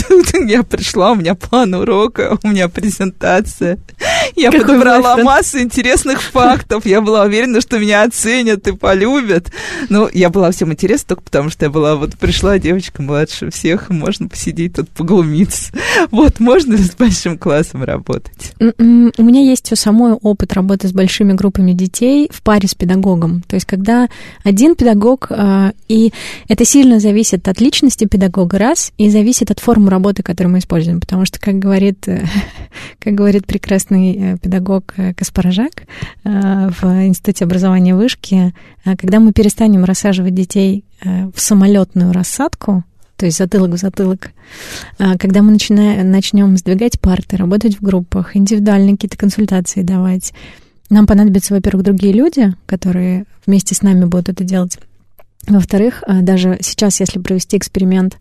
Я пришла, у меня план урока, у меня презентация. Я Какой подобрала бойфренд? Массу интересных фактов. Я была уверена, что меня оценят и полюбят. Ну, я была всем интересна только потому, что я была... Вот пришла девочка младше всех, можно посидеть тут, поглумиться. Вот, можно ли с большим классом работать? У меня есть у самой опыт работы с большими группами детей в паре с педагогом. То есть, когда один педагог, и это сильно зависит от личности педагога, раз, и зависит от формы работы, которую мы используем. Потому что, как говорит, как говорит прекрасный педагог Каспаржак в Институте образования Вышки, когда мы перестанем рассаживать детей в самолетную рассадку, то есть затылок в затылок, когда мы начинаем, начнем сдвигать парты, работать в группах, индивидуально какие-то консультации давать, нам понадобятся, во-первых, другие люди, которые вместе с нами будут это делать. Во-вторых, даже сейчас, если провести эксперимент,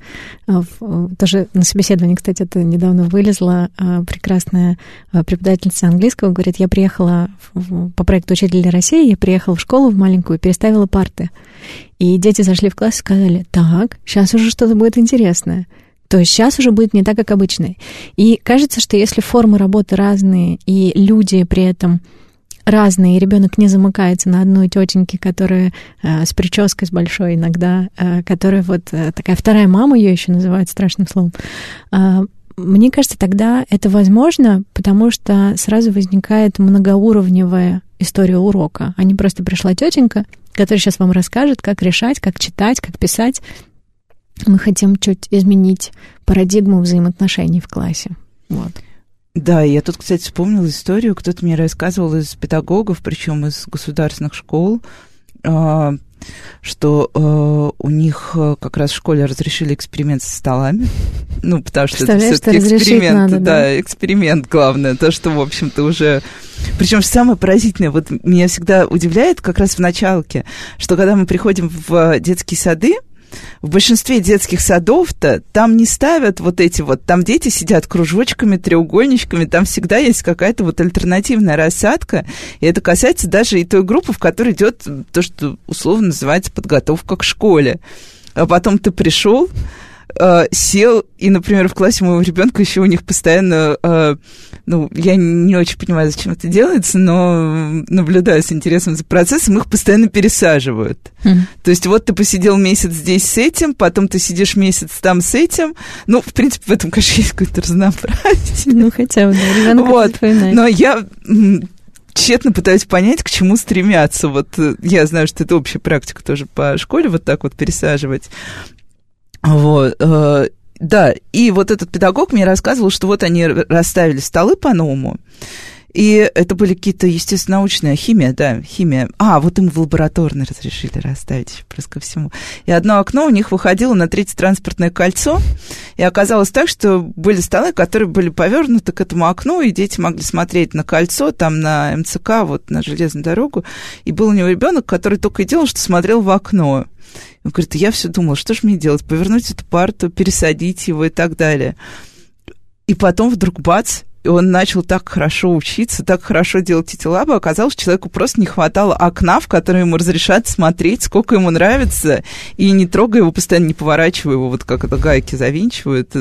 тоже на собеседовании, кстати, это недавно вылезла прекрасная преподавательница английского, говорит: я приехала по проекту «Учитель для России», я приехала в школу в маленькую, переставила парты. И дети зашли в класс и сказали: так, сейчас уже что-то будет интересное. То есть сейчас уже будет не так, как обычно. И кажется, что если формы работы разные, и люди при этом разные, и ребенок не замыкается на одной тетеньке, которая э, с прической с большой иногда, э, которая вот э, такая вторая мама, ее еще называют страшным словом. Э, мне кажется, тогда это возможно, потому что сразу возникает многоуровневая история урока, а не просто пришла тетенька, которая сейчас вам расскажет, как решать, как читать, как писать. Мы хотим чуть изменить парадигму взаимоотношений в классе. Вот. Да, я тут, кстати, вспомнила историю, кто-то мне рассказывал из педагогов, причем из государственных школ, э, что э, у них как раз в школе разрешили эксперимент со столами. Ну, потому что это все-таки эксперимент. Надо, да, да, эксперимент главное. То, что, в общем-то, уже... Причем самое поразительное, вот меня всегда удивляет как раз в началке, что когда мы приходим в детские сады, в большинстве детских садов-то там не ставят вот эти вот, там дети сидят кружочками, треугольничками, там всегда есть какая-то вот альтернативная рассадка, и это касается даже и той группы, в которой идет то, что условно называется подготовка к школе. А потом ты пришел, э, сел, и, например, в классе моего ребенка еще у них постоянно, э, ну, я не очень понимаю, зачем это делается, но наблюдаю с интересом за процессом, их постоянно пересаживают. Mm. То есть вот ты посидел месяц здесь с этим, потом ты сидишь месяц там с этим. Ну, в принципе, в этом, конечно, есть какое-то разнообразие. Ну, хотя бы, да, ребенок вот. Но я... тщетно пытаюсь понять, к чему стремятся. Вот я знаю, что это общая практика тоже по школе, вот так вот пересаживать. Вот, э, да, и вот этот педагог мне рассказывал, что вот они расставили столы по-новому, и это были какие-то, естественно, научная химия, да, химия. А, вот им в лабораторной разрешили расставить еще плюс ко всему. И одно окно у них выходило на третье транспортное кольцо, и оказалось так, что были столы, которые были повернуты к этому окну, и дети могли смотреть на кольцо, там на эм цэ ка, вот на железную дорогу, и был у него ребенок, который только и делал, что смотрел в окно. Он говорит, я все думала, что же мне делать, повернуть эту парту, пересадить его и так далее. И потом вдруг бац, и он начал так хорошо учиться, так хорошо делать эти лабы, оказалось, что человеку просто не хватало окна, в которое ему разрешат смотреть, сколько ему нравится, и не трогая его, постоянно не поворачивая его, вот как это гайки завинчивают.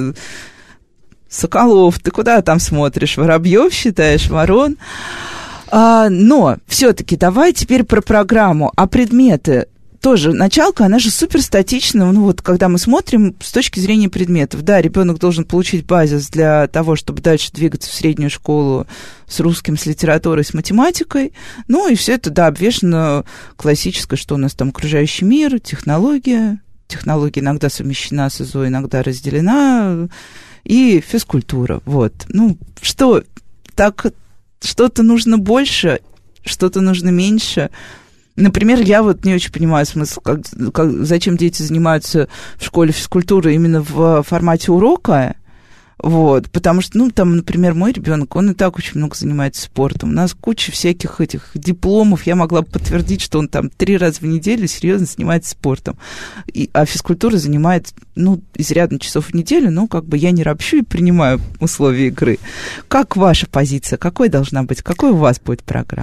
Соколов, ты куда там смотришь? Воробьев считаешь, ворон? А, но все-таки давай теперь про программу, а предметы... Тоже началка, она же супер статична, ну вот когда мы смотрим с точки зрения предметов. Да, ребенок должен получить базис для того, чтобы дальше двигаться в среднюю школу с русским, с литературой, с математикой. Ну и все это, да, обвешано классическое, что у нас там окружающий мир, технология. Технология иногда совмещена с ИЗО, иногда разделена. И физкультура, вот. Ну, что, так что-то нужно больше, что-то нужно меньше. Например, я вот не очень понимаю смысл, как, как, зачем дети занимаются в школе физкультурой именно в формате урока, вот, потому что, ну, там, например, мой ребенок, он и так очень много занимается спортом, у нас куча всяких этих дипломов, я могла бы подтвердить, что он там три раза в неделю серьезно занимается спортом, и, а физкультура занимает, ну, изрядно часов в неделю, но как бы я не ропщу и принимаю условия игры. Как ваша позиция, какой должна быть, какой у вас будет программа?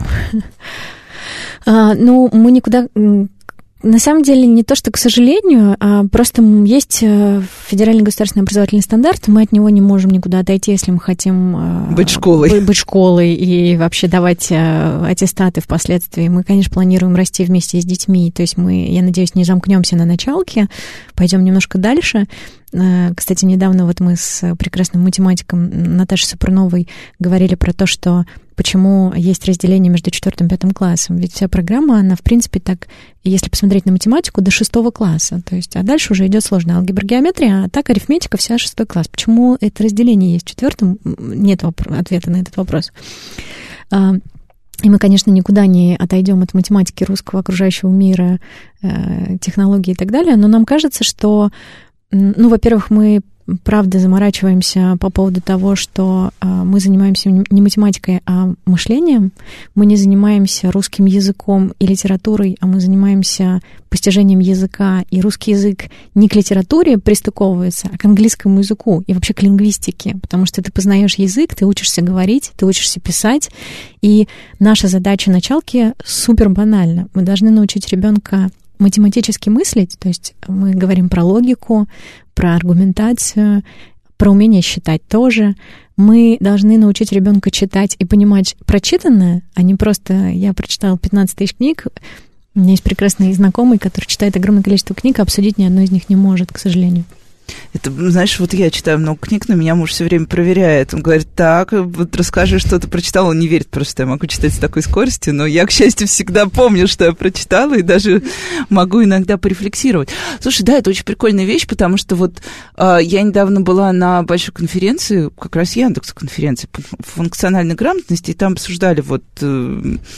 А, ну, мы никуда... На самом деле, не то, что, к сожалению, а просто есть федеральный государственный образовательный стандарт, мы от него не можем никуда отойти, если мы хотим... Быть школой. Быть, быть школой и вообще давать аттестаты впоследствии. Мы, конечно, планируем расти вместе с детьми, то есть мы, я надеюсь, не замкнемся на началке, пойдем немножко дальше. Кстати, недавно вот мы с прекрасным математиком Наташей Сапруновой говорили про то, что почему есть разделение между четвертым и пятым классом. Ведь вся программа, она, в принципе, так, если посмотреть на математику, до шестого класса. То есть, а дальше уже идет сложная алгебра, геометрия, а так арифметика вся шестой класс. Почему это разделение есть в четвертом? Нет вопро- ответа на этот вопрос. И мы, конечно, никуда не отойдем от математики, русского, окружающего мира, технологий и так далее, но нам кажется, что, ну, во-первых, мы правда заморачиваемся по поводу того, что э, мы занимаемся не математикой, а мышлением. Мы не занимаемся русским языком и литературой, а мы занимаемся постижением языка. И русский язык не к литературе пристыковывается, а к английскому языку и вообще к лингвистике. Потому что ты познаешь язык, ты учишься говорить, ты учишься писать. И наша задача началки супер банальна. Мы должны научить ребенка математически мыслить, то есть мы говорим про логику, про аргументацию, про умение считать тоже. Мы должны научить ребенка читать и понимать прочитанное, а не просто я прочитала пятнадцать тысяч книг. У меня есть прекрасный знакомый, который читает огромное количество книг, а обсудить ни одной из них не может, к сожалению. Это, знаешь, вот я читаю много книг, но меня муж все время проверяет. Он говорит, так, вот расскажи, что ты прочитала. Он не верит просто, что я могу читать с такой скоростью, но я, к счастью, всегда помню, что я прочитала, и даже могу иногда порефлексировать. Слушай, да, это очень прикольная вещь, потому что вот э, я недавно была на большой конференции, как раз Яндекс конференции по функциональной грамотности, и там обсуждали вот... Э,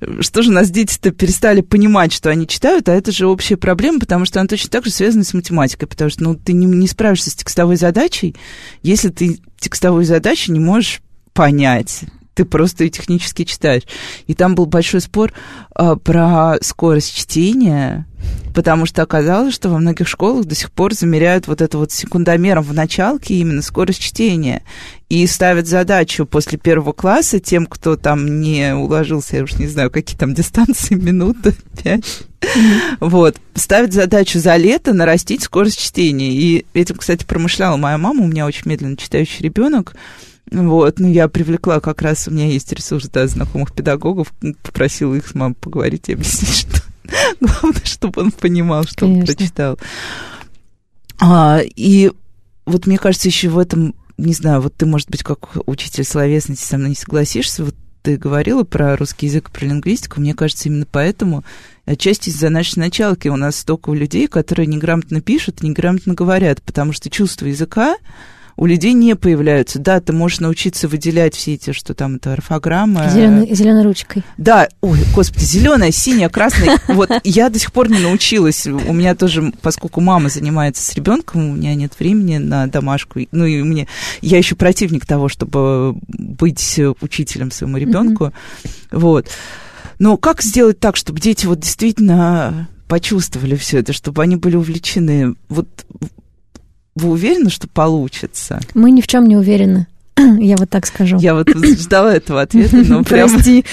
что же у нас дети-то перестали понимать, что они читают, а это же общая проблема, потому что она точно так же связана с математикой, потому что, ну, ты не, не справишься с текстовой задачей, если ты текстовую задачу не можешь понять. Ты просто ее технически читаешь. И там был большой спор а, про скорость чтения, потому что оказалось, что во многих школах до сих пор замеряют вот это вот секундомером в началке именно скорость чтения. И ставят задачу после первого класса тем, кто там не уложился, я уж не знаю, какие там дистанции, минуты, пять. Mm-hmm. Вот. Ставят задачу за лето нарастить скорость чтения. И этим, кстати, промышляла моя мама. У меня очень медленно читающий ребенок. Вот, ну, я привлекла как раз, у меня есть ресурс, да, знакомых педагогов, попросила их с мамой поговорить и объяснить, что главное, чтобы он понимал, что Конечно. Он прочитал. А, и вот мне кажется, еще в этом, не знаю, вот ты, может быть, как учитель словесности со мной не согласишься, вот ты говорила про русский язык, про лингвистику, мне кажется, именно поэтому, отчасти из-за нашей началки, у нас столько людей, которые неграмотно пишут, неграмотно говорят, потому что чувство языка у людей не появляются. Да, ты можешь научиться выделять все эти, что там, это орфограмма. Зеленой ручкой. Да, ой, господи, зеленая, синяя, красная. Вот я до сих пор не научилась. У меня тоже, поскольку мама занимается с ребенком, у меня нет времени на домашку. Ну и мне, я еще противник того, чтобы быть учителем своему ребенку. Mm-hmm. Вот. Но как сделать так, чтобы дети вот действительно почувствовали все это, чтобы они были увлечены? Вот вы уверены, что получится? Мы ни в чем не уверены. Я вот так скажу. Я вот ждала этого ответа, но прям... Прости.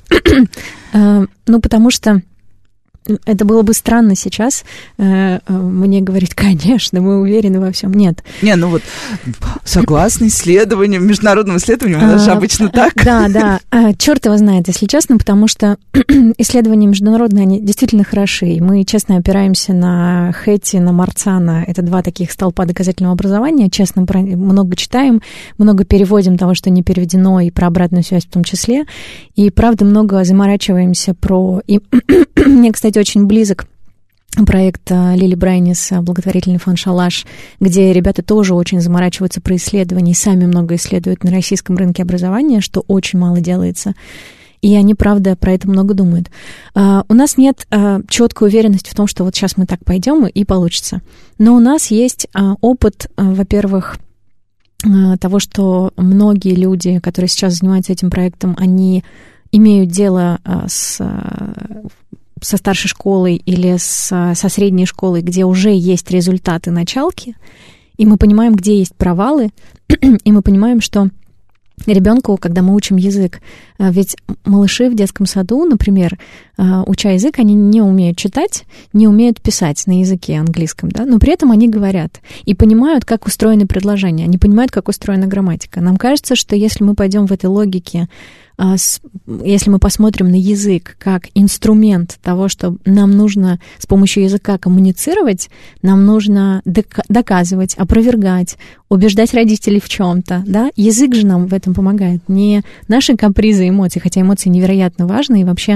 Ну, потому что это было бы странно сейчас мне говорить, конечно, мы уверены во всем. Нет. Не, ну вот согласно исследованиям, международным исследованиям, у нас же обычно так. Да, да. Черт его знает, если честно, потому что исследования международные, они действительно хороши. И мы, честно, опираемся на Хэти, на Марцана. Это два таких столпа доказательного образования. Честно, много читаем, много переводим того, что не переведено, и про обратную связь в том числе. И, правда, много заморачиваемся про... И мне, кстати, очень близок проект Лили Брайнис, благотворительный фонд «Шалаш», где ребята тоже очень заморачиваются про исследования и сами много исследуют на российском рынке образования, что очень мало делается. И они, правда, про это много думают. Uh, у нас нет uh, четкой уверенности в том, что вот сейчас мы так пойдем и получится. Но у нас есть uh, опыт, uh, во-первых, uh, того, что многие люди, которые сейчас занимаются этим проектом, они имеют дело uh, с... Uh, со старшей школой или с, со средней школой, где уже есть результаты началки, и мы понимаем, где есть провалы, и мы понимаем, что ребенку, когда мы учим язык, ведь малыши в детском саду, например, уча язык, они не умеют читать, не умеют писать на языке английском, да, но при этом они говорят и понимают, как устроены предложения, они понимают, как устроена грамматика. Нам кажется, что если мы пойдем в этой логике, если мы посмотрим на язык как инструмент того, что нам нужно с помощью языка коммуницировать, нам нужно доказывать, опровергать, убеждать родителей в чем-то, да, язык же нам в этом помогает, не наши капризы эмоций, хотя эмоции невероятно важны, и вообще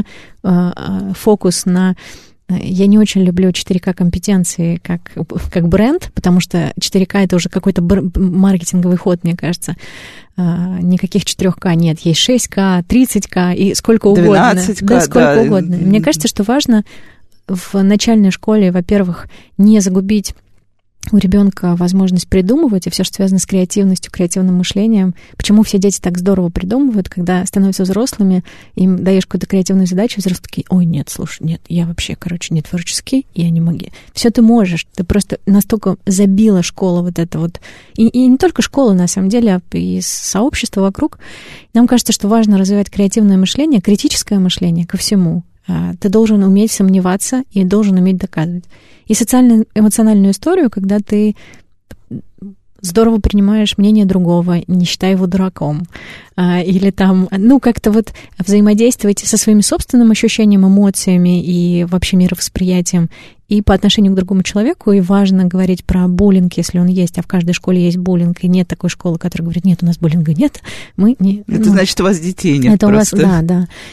фокус на... Я не очень люблю четыре ка компетенции как, как бренд, потому что четыре ка это уже какой-то маркетинговый ход, мне кажется. Никаких четыре ка нет. Есть шесть ка, тридцать ка и сколько угодно. двенадцать ка, да, сколько да. угодно. Мне кажется, что важно в начальной школе, во-первых, не загубить у ребенка возможность придумывать, и все, что связано с креативностью, креативным мышлением. Почему все дети так здорово придумывают, когда становятся взрослыми, им даешь какую-то креативную задачу, взрослые такие: ой, нет, слушай, нет, я вообще, короче, не творческий, я не могу. Все ты можешь, ты просто настолько забила школа вот это вот. И, и не только школа, на самом деле, а и сообщество вокруг. Нам кажется, что важно развивать креативное мышление, критическое мышление ко всему. Ты должен уметь сомневаться и должен уметь доказывать. И социально-эмоциональную историю, когда ты здорово принимаешь мнение другого, не считай его дураком. Или там, ну, как-то вот взаимодействовать со своими собственным ощущением, эмоциями и вообще мировосприятием и по отношению к другому человеку. И важно говорить про буллинг, если он есть, а в каждой школе есть буллинг, и нет такой школы, которая говорит: нет, у нас буллинга нет. Мы не, это ну, значит, у вас детей нет это просто. У вас, да, да. И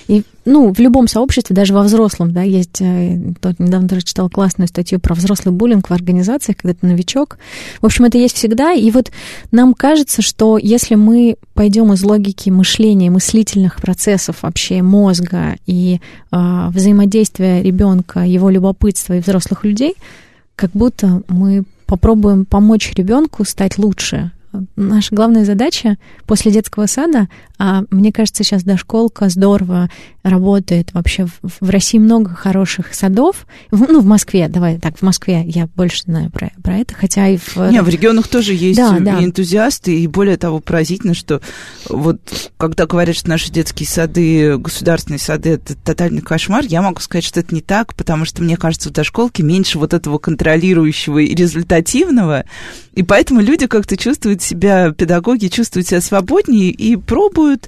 ну, в любом сообществе, даже во взрослом, да, есть, тот недавно даже читала классную статью про взрослый буллинг в организациях, когда ты новичок. В общем, это есть всегда, и вот нам кажется, что если мы пойдем из логики мышления, мыслительных процессов вообще мозга и э, взаимодействия ребенка, его любопытства и взрослых людей, как будто мы попробуем помочь ребенку стать лучше. Наша главная задача после детского сада, а мне кажется, сейчас дошколка здорово работает. Вообще в, в России много хороших садов. В, ну, в Москве, давай так, в Москве я больше знаю про, про это, хотя и в... Не, в регионах тоже есть да, и да. энтузиасты, и более того, поразительно, что вот когда говорят, что наши детские сады, государственные сады, это тотальный кошмар, я могу сказать, что это не так, потому что, мне кажется, в дошколке меньше вот этого контролирующего и результативного, и поэтому люди как-то чувствуют себя, педагоги чувствуют себя свободнее и пробуют,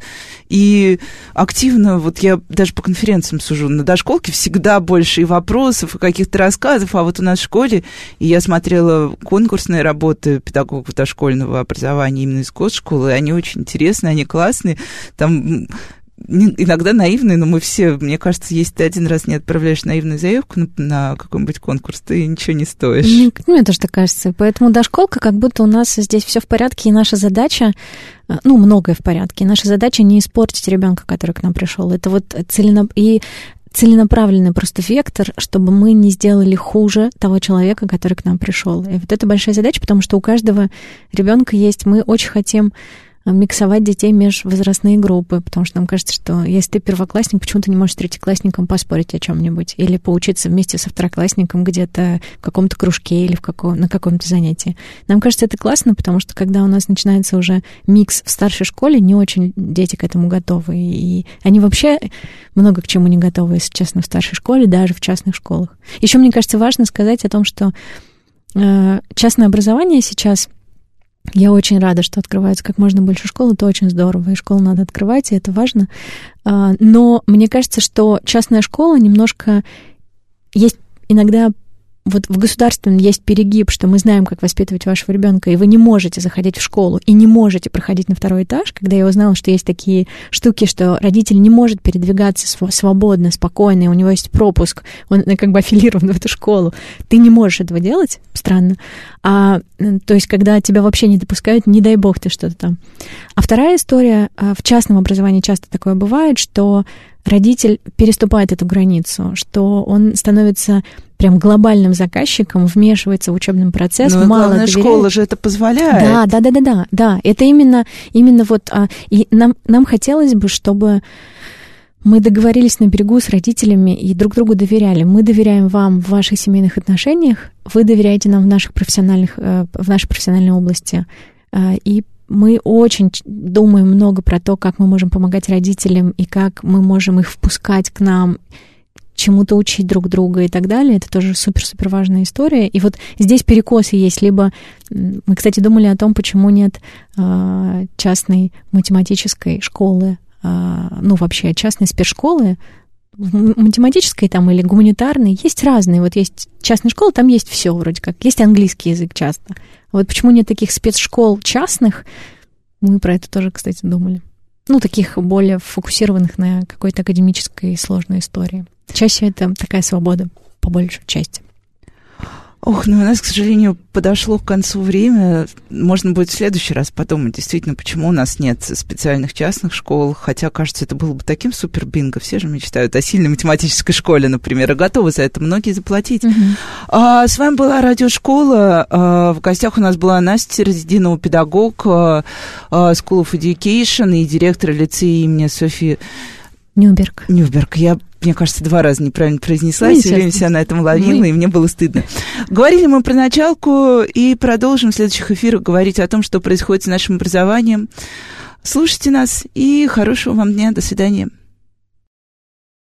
и активно, вот я даже по конференциям сужу, на дошколке всегда больше и вопросов, и каких-то рассказов, а вот у нас в школе, и я смотрела конкурсные работы педагогов дошкольного образования именно из госшколы, и они очень интересные, они классные, там... иногда наивные, но мы все, мне кажется, если ты один раз не отправляешь наивную заявку на, на какой-нибудь конкурс, ты ничего не стоишь. Мне, мне тоже так кажется. Поэтому дошколка, как будто у нас здесь все в порядке, и наша задача, ну, многое в порядке, и наша задача не испортить ребенка, который к нам пришел. Это вот целено... и целенаправленный просто вектор, чтобы мы не сделали хуже того человека, который к нам пришел. И вот это большая задача, потому что у каждого ребенка есть, мы очень хотим миксовать детей межвозрастные группы, потому что нам кажется, что если ты первоклассник, почему ты не можешь с третьеклассником поспорить о чем-нибудь или поучиться вместе со второклассником где-то в каком-то кружке или в каком, на каком-то занятии. Нам кажется, это классно, потому что когда у нас начинается уже микс в старшей школе, не очень дети к этому готовы, и они вообще много к чему не готовы, если честно, в старшей школе, даже в частных школах. Еще, мне кажется, важно сказать о том, что э, частное образование сейчас... Я очень рада, что открывается как можно больше школ, это очень здорово, и школу надо открывать, и это важно. Но мне кажется, что частная школа немножко... Есть иногда... Вот в государственном есть перегиб, что мы знаем, как воспитывать вашего ребенка, и вы не можете заходить в школу и не можете проходить на второй этаж. Когда я узнала, что есть такие штуки, что родитель не может передвигаться свободно, спокойно, и у него есть пропуск, он как бы аффилирован в эту школу, ты не можешь этого делать, странно. А, то есть, когда тебя вообще не допускают, не дай бог ты что-то там. А вторая история, в частном образовании часто такое бывает, что родитель переступает эту границу, что он становится прям глобальным заказчиком, вмешивается в учебный процесс, но мало главное, доверяет. Школа же это позволяет. Да, да, да, да, да, да. Это именно, именно вот, а, и нам, нам хотелось бы, чтобы мы договорились на берегу с родителями и друг другу доверяли. Мы доверяем вам в ваших семейных отношениях, вы доверяете нам в наших профессиональных, в нашей профессиональной области, и мы очень думаем много про то, как мы можем помогать родителям и как мы можем их впускать к нам, чему-то учить друг друга и так далее. Это тоже супер-супер важная история. И вот здесь перекосы есть. Либо мы, кстати, думали о том, почему нет э, частной математической школы, э, ну, вообще частной спецшколы, математической там или гуманитарной. Есть разные. Вот есть частная школа, там есть все вроде как. Есть английский язык часто. Вот почему нет таких спецшкол частных, мы про это тоже, кстати, думали. Ну, таких более фокусированных на какой-то академической сложной истории. Чаще это такая свобода, по большей части. Ох, ну у нас, к сожалению, подошло к концу время. Можно будет в следующий раз подумать, действительно, почему у нас нет специальных частных школ. Хотя, кажется, это было бы таким супер-бинго. Все же мечтают о сильной математической школе, например, и готовы за это многие заплатить. Uh-huh. А, с вами была Радиошкола. А, в гостях у нас была Настя Серединова, педагог а, School of Education и директор лицея имени Софьи Нюберг. Нюберг. Я, мне кажется, два раза неправильно произнесла, ну, все время себя на этом ловила, мы... и мне было стыдно. Говорили мы про началку и продолжим в следующих эфирах говорить о том, что происходит с нашим образованием. Слушайте нас и хорошего вам дня. До свидания.